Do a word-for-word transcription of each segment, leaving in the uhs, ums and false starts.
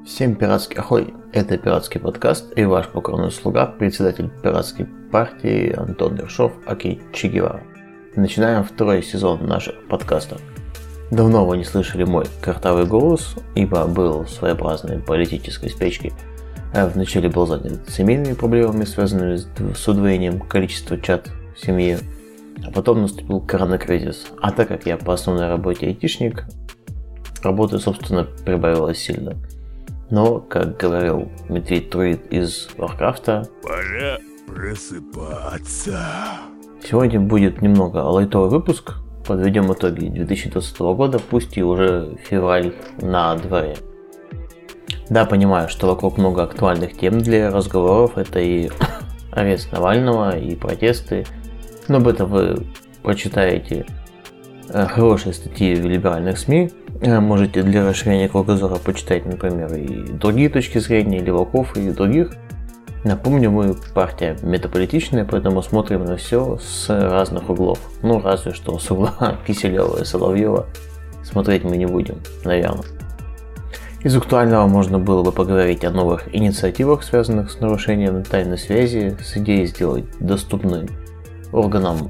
Всем пиратский ахой, это пиратский подкаст и ваш покорный слуга, председатель пиратской партии Антон Ершов, аки Че Гевара. Начинаем второй сезон наших подкастов. Давно вы не слышали мой картавый голос, ибо был своеобразной политической спячкой. Вначале был занят семейными проблемами, связанными с удвоением количества чат в семье, а потом наступил коронакризис. А так как я по основной работе айтишник, работы, собственно, прибавилось сильно. Но, как говорил медведь-друид из Варкрафта, пора просыпаться. Сегодня будет немного лайтовый выпуск. Подведем итоги две тысячи двадцатого года, пусть и уже февраль на дворе. Да, понимаю, что вокруг много актуальных тем для разговоров. Это и арест Навального, и протесты. Но об этом вы прочитаете хорошие статьи в либеральных СМИ. Можете для расширения кругозора почитать, например, и другие точки зрения, и Леваков, и других. Напомню, мы партия метаполитичная, поэтому смотрим на все с разных углов. Ну, разве что с угла Киселева и Соловьева смотреть мы не будем, наверное. Из актуального можно было бы поговорить о новых инициативах, связанных с нарушением тайной связи, с идеей сделать доступным органам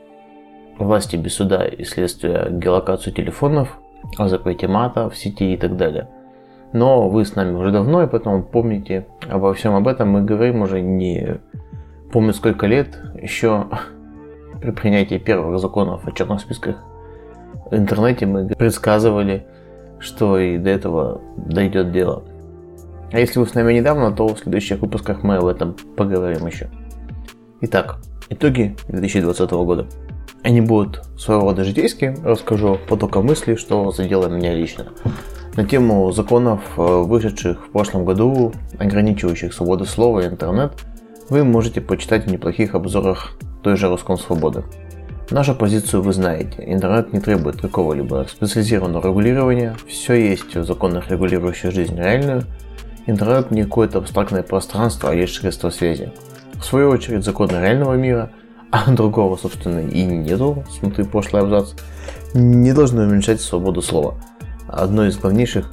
власти без суда и следствия геолокацию телефонов, о запрете мата в сети и так далее. Но вы с нами уже давно, и поэтому помните обо всем об этом. Мы говорим уже не помню сколько лет, еще при принятии первых законов о черных списках в интернете мы предсказывали, что и до этого дойдет дело. А если вы с нами недавно, то в следующих выпусках мы об этом поговорим еще. Итак, итоги две тысячи двадцатого года. Они будут своего рода житейские, расскажу потока мыслей, что задело меня лично. На тему законов, вышедших в прошлом году, ограничивающих свободу слова и интернет, вы можете почитать в неплохих обзорах той же Роскомсвободы. Нашу позицию вы знаете, интернет не требует какого-либо специализированного регулирования, все есть в законах, регулирующих жизнь реальную. Интернет не какое-то абстрактное пространство, а есть средства связи. В свою очередь, законы реального мира, а другого, собственно, и нету, смотри прошлый абзац, не должны уменьшать свободу слова. Одно из главнейших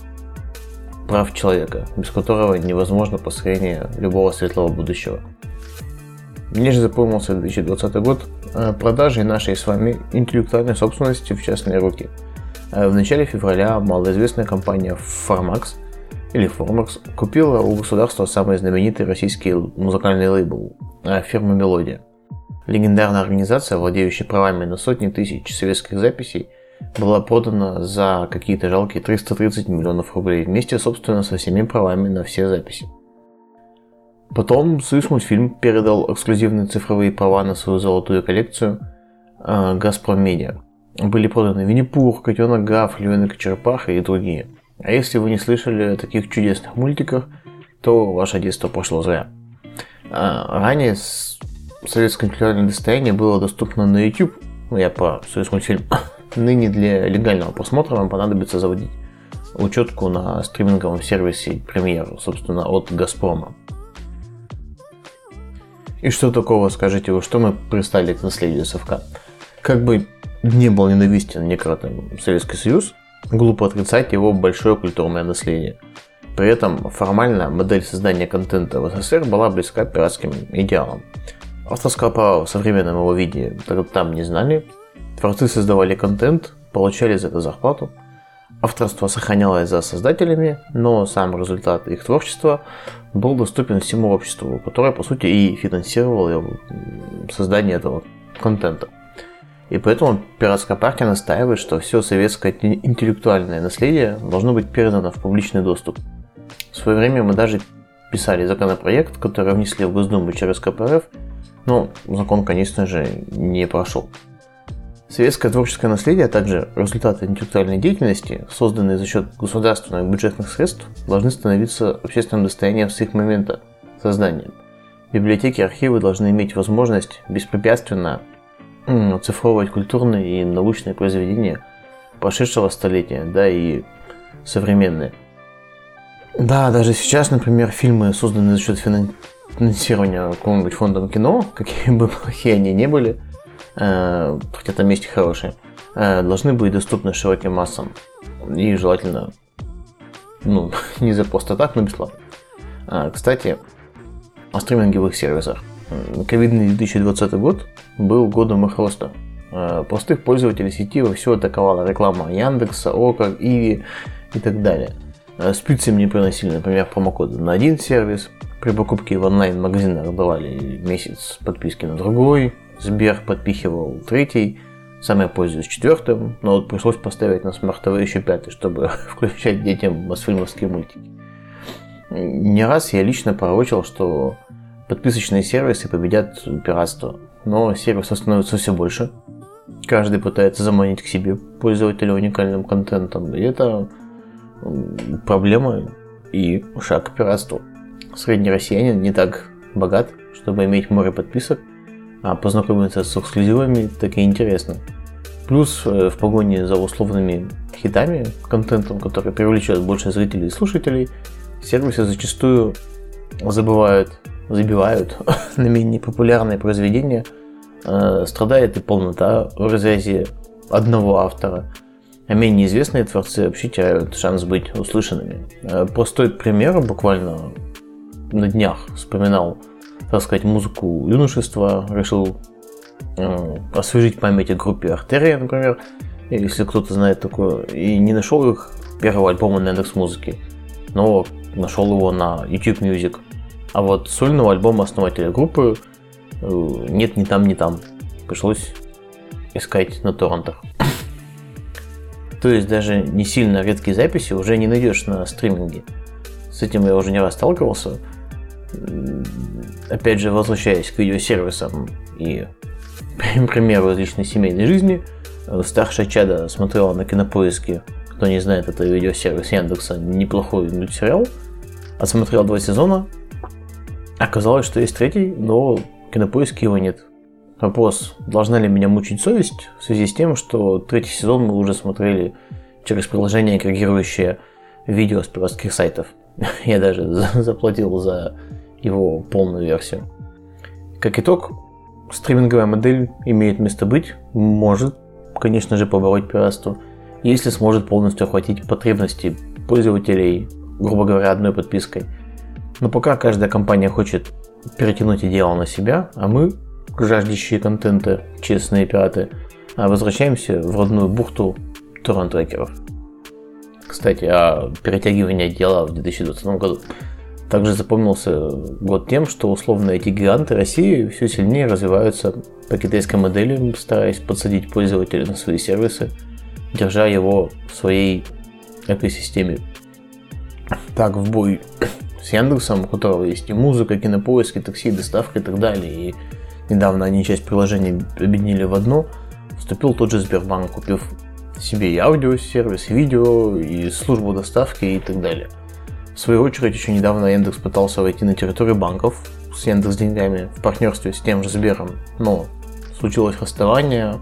прав человека, без которого невозможно построение любого светлого будущего. Мне же запомнился две тысячи двадцатый год продажей нашей с вами интеллектуальной собственности в частные руки. В начале февраля малоизвестная компания Formax или Formax купила у государства самый знаменитый российский музыкальный лейбл фирмы Мелодия. Легендарная организация, владеющая правами на сотни тысяч советских записей, была продана за какие-то жалкие триста тридцать миллионов рублей вместе, собственно, со всеми правами на все записи. Потом Союзмультфильм передал эксклюзивные цифровые права на свою золотую коллекцию Газпром Медиа. Были проданы Винни-Пух, Котенок Гав, Львенок и Черепаха и другие. А если вы не слышали о таких чудесных мультиках, то ваше детство прошло зря. Ранее советское интеллектуальное достояние было доступно на YouTube. Ну, я по Союзмультфильм. Ныне для легального просмотра вам понадобится заводить учетку на стриминговом сервисе Премьер, собственно, от Газпрома. И что такого, скажите вы, что мы пристали к наследию совка? Как бы не был ненавистен некратным Советский Союз, глупо отрицать его большое культурное наследие. При этом формально модель создания контента в СССР была близка пиратским идеалам. Авторского права в современном его виде там не знали. Творцы создавали контент, получали за это зарплату. Авторство сохранялось за создателями, но сам результат их творчества был доступен всему обществу, которое, по сути, и финансировало создание этого контента. И поэтому пиратская партия настаивает, что все советское интеллектуальное наследие должно быть передано в публичный доступ. В свое время мы даже писали законопроект, который внесли в Госдуму через ка пэ эр эф, но закон, конечно же, не прошел. Советское творческое наследие, а также результаты интеллектуальной деятельности, созданные за счет государственных бюджетных средств, должны становиться общественным достоянием с их момента создания. Библиотеки и архивы должны иметь возможность беспрепятственно оцифровывать культурные и научные произведения прошедшего столетия, да и современные. Да, даже сейчас, например, фильмы, созданные за счет финансирования какого-нибудь фондом кино, какими бы плохие они ни были, хотя там есть хорошие, должны быть доступны широким массам и желательно Ну, не за просто так, но бесплатно. А, кстати, о стриминговых сервисах. Ковидный две тысячи двадцатый год был годом их роста. Простых пользователей сети вовсю атаковала реклама Яндекса, Ока, Иви и так далее. Спицы мне приносили, например, промокоды на один сервис. При покупке в онлайн-магазинах давали месяц подписки на другой. Сбер подпихивал третий. Сам я пользуюсь четвертым, но вот пришлось поставить на смарт-ТВ еще пятый, чтобы включать детям мосфильмовские мультики. Не раз я лично пророчил, что подписочные сервисы победят пиратство, но сервисов становится все больше. Каждый пытается заманить к себе пользователя уникальным контентом, и это проблема и шаг к пиратству. Средний россиянин не так богат, чтобы иметь море подписок, а познакомиться с эксклюзивами так и интересно. Плюс в погоне за условными хитами, контентом, который привлечет больше зрителей и слушателей, сервисы зачастую забывают, забивают на менее популярные произведения, страдает и полнота в разрезе одного автора, а менее известные творцы вообще теряют шанс быть услышанными. Простой пример, буквально на днях вспоминал, так сказать, музыку юношества, решил э, освежить память о группе Артерия, например, если кто-то знает такое, и не нашел их первого альбома на Яндекс.Музыке, но нашел его на YouTube Music. А вот сольного альбома основателя группы э, нет ни там, ни там. Пришлось искать на торрентах. То есть даже не сильно редкие записи уже не найдешь на стриминге. С этим я уже не раз сталкивался. Опять же, возвращаясь к видеосервисам и примеру из личной семейной жизни, старшая чада смотрела на Кинопоиске, кто не знает, это видеосервис Яндекса, неплохой мультсериал, отсмотрел два сезона, оказалось, что есть третий, но в Кинопоиске его нет. Вопрос, должна ли меня мучить совесть в связи с тем, что третий сезон мы уже смотрели через приложение, агрегирующее видео с пиратских сайтов. Я даже заплатил за его полную версию. Как итог, стриминговая модель имеет место быть, может, конечно же, побороть пиратство, если сможет полностью охватить потребности пользователей, грубо говоря, одной подпиской. Но пока каждая компания хочет перетянуть идеал на себя, а мы, жаждущие контента, честные пираты, возвращаемся в родную бухту торрент-трекеров. Кстати, о перетягивании дела в две тысячи двадцатом году. Также запомнился год тем, что условно эти гиганты России все сильнее развиваются по китайской модели, стараясь подсадить пользователя на свои сервисы, держа его в своей экосистеме. Так, в бой с Яндексом, у которого есть и музыка, Кинопоиск, и такси, и доставка и так далее, и недавно они часть приложений объединили в одно, вступил тот же Сбербанк, купив себе и аудиосервис, и видео, и службу доставки и так далее. В свою очередь, еще недавно Яндекс пытался войти на территорию банков с Яндекс деньгами в партнерстве с тем же Сбером, но случилось расставание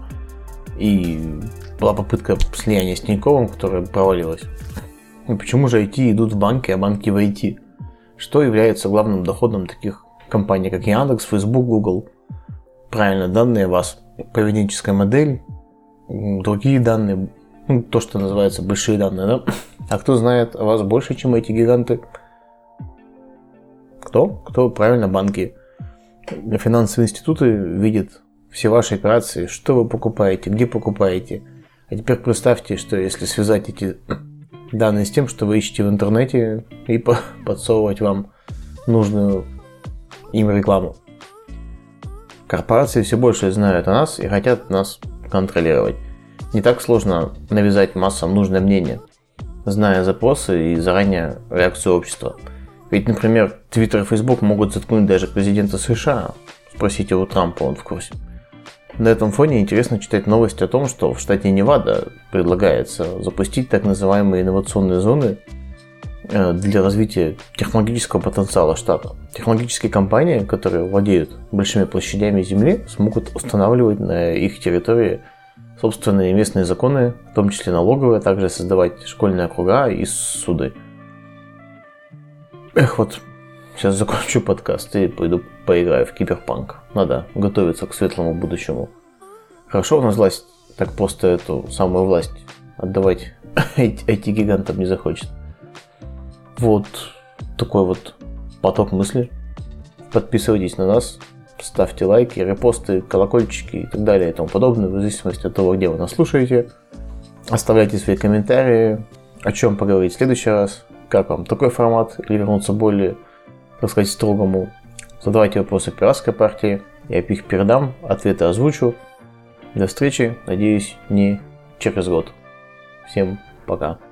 и была попытка слияния с Тиньковым, которая провалилась. И почему же ай ти идут в банки, а банки в ай ти? Что является главным доходом таких компаний, как Яндекс, Facebook, Google? Правильно, данные о вас, поведенческая модель, другие данные, ну, то, что называется большие данные, да? А кто знает о вас больше, чем эти гиганты? Кто? Кто? Правильно, банки. Финансовые институты видят все ваши операции, что вы покупаете, где покупаете. А теперь представьте, что если связать эти данные с тем, что вы ищете в интернете, и подсовывать вам нужную им рекламу. Корпорации все больше знают о нас и хотят нас контролировать. Не так сложно навязать массам нужное мнение, зная запросы и заранее реакцию общества. Ведь, например, Twitter и Facebook могут заткнуть даже президента США. Спросите у Трампа, он в курсе. На этом фоне интересно читать новости о том, что в штате Невада предлагается запустить так называемые инновационные зоны для развития технологического потенциала штата. Технологические компании, которые владеют большими площадями земли, смогут устанавливать на их территории собственные местные законы, в том числе налоговые, а также создавать школьные округа и суды. Эх, вот сейчас закончу подкаст и пойду поиграю в Киберпанк. Надо готовиться к светлому будущему. Хорошо, у нас власть так просто эту самую власть отдавать ай ти-гигантам не захочет. Вот такой вот поток мыслей. Подписывайтесь на нас, ставьте лайки, репосты, колокольчики и так далее и тому подобное, в зависимости от того, где вы нас слушаете. Оставляйте свои комментарии, о чем поговорить в следующий раз, как вам такой формат, или вернуться более, так сказать, строгому. Задавайте вопросы пиратской партии, я их передам, ответы озвучу. До встречи, надеюсь, не через год. Всем пока.